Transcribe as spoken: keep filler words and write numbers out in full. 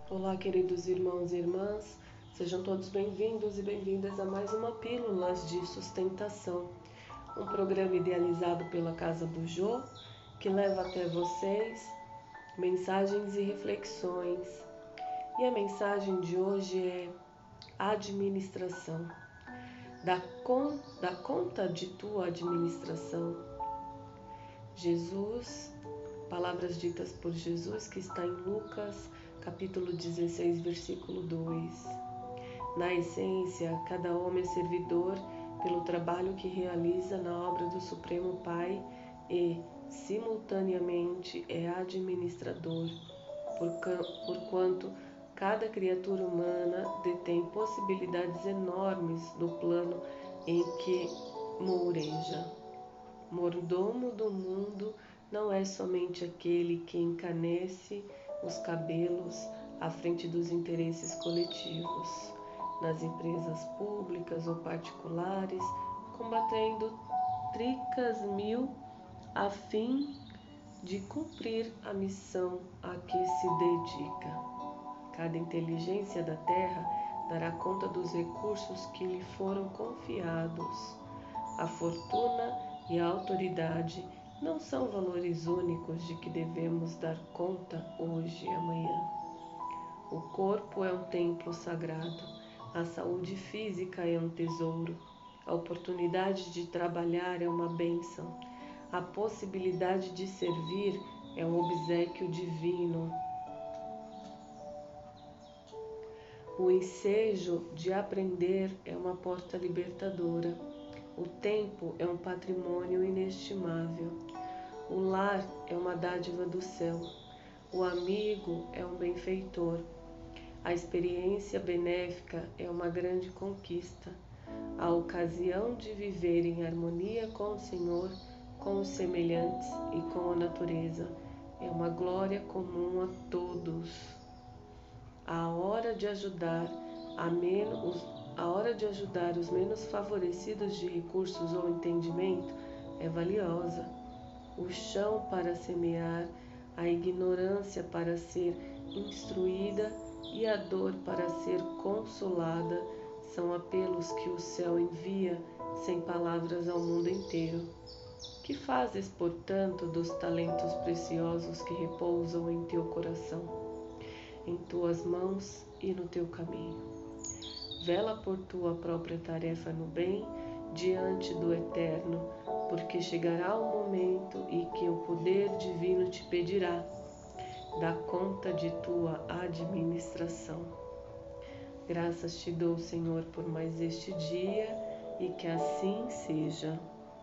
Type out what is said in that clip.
Olá, queridos irmãos e irmãs, sejam todos bem-vindos e bem-vindas a mais uma Pílulas de Sustentação, um programa idealizado pela Casa Bujô que leva até vocês mensagens e reflexões. E a mensagem de hoje é administração. Dá, con, dá conta de tua administração. Jesus, palavras ditas por Jesus que está em Lucas, capítulo dezesseis, versículo dois. Na essência, cada homem é servidor pelo trabalho que realiza na obra do Supremo Pai e, simultaneamente, é administrador, porquanto cada criatura humana detém possibilidades enormes no plano em que moureja. Mordomo do mundo não é somente aquele que encanece os cabelos à frente dos interesses coletivos, nas empresas públicas ou particulares, combatendo tricas mil a fim de cumprir a missão a que se dedica. Cada inteligência da terra dará conta dos recursos que lhe foram confiados. A fortuna e a autoridade não são valores únicos de que devemos dar conta hoje e amanhã. O corpo é um templo sagrado, a saúde física é um tesouro, a oportunidade de trabalhar é uma bênção, a possibilidade de servir é um obséquio divino. O ensejo de aprender é uma porta libertadora. O tempo é um patrimônio inestimável. O lar é uma dádiva do céu. O amigo é um benfeitor. A experiência benéfica é uma grande conquista. A ocasião de viver em harmonia com o Senhor, com os semelhantes e com a natureza é uma glória comum a todos. A hora de ajudar a menos A hora de ajudar os menos favorecidos de recursos ou entendimento é valiosa. O chão para semear, a ignorância para ser instruída e a dor para ser consolada são apelos que o céu envia sem palavras ao mundo inteiro. Que fazes, portanto, dos talentos preciosos que repousam em teu coração, em tuas mãos e no teu caminho? Vela por tua própria tarefa no bem diante do Eterno, porque chegará o momento em que o poder divino te pedirá: dá conta de tua administração. Graças te dou, Senhor, por mais este dia e que assim seja.